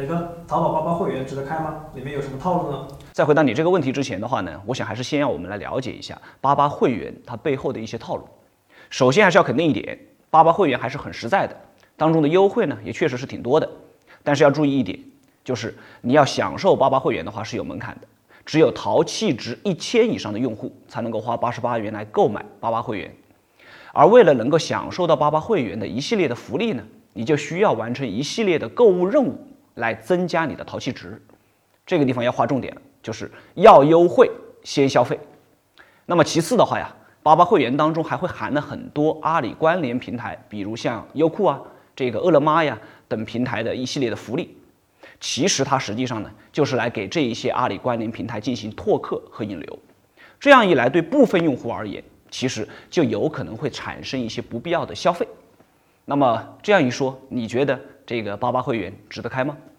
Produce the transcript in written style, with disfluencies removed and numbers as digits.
磊哥，淘宝88会员值得开吗？里面有什么套路呢？ 在回答你这个问题之前的话呢，我想还是先让我们来了解一下88会员它背后的一些套路。首先还是要肯定一点，88会员还是很实在的，当中的优惠呢也确实是挺多的。但是要注意一点，就是你要享受88会员的话是有门槛的，只有淘气值1000以上的用户才能够花88元来购买88会员。而为了能够享受到88会员的一系列的福利呢，你就需要完成一系列的购物任务来增加你的淘气值。这个地方要划重点了，就是要优惠先消费。那么其次的话呀，88会员当中还会含了很多阿里关联平台，比如像优酷啊、这个饿了么呀等平台的一系列的福利。其实它实际上呢，就是来给这一些阿里关联平台进行拓客和引流。这样一来，对部分用户而言，其实就有可能会产生一些不必要的消费。那么这样一说，你觉得这个88会员值得开吗？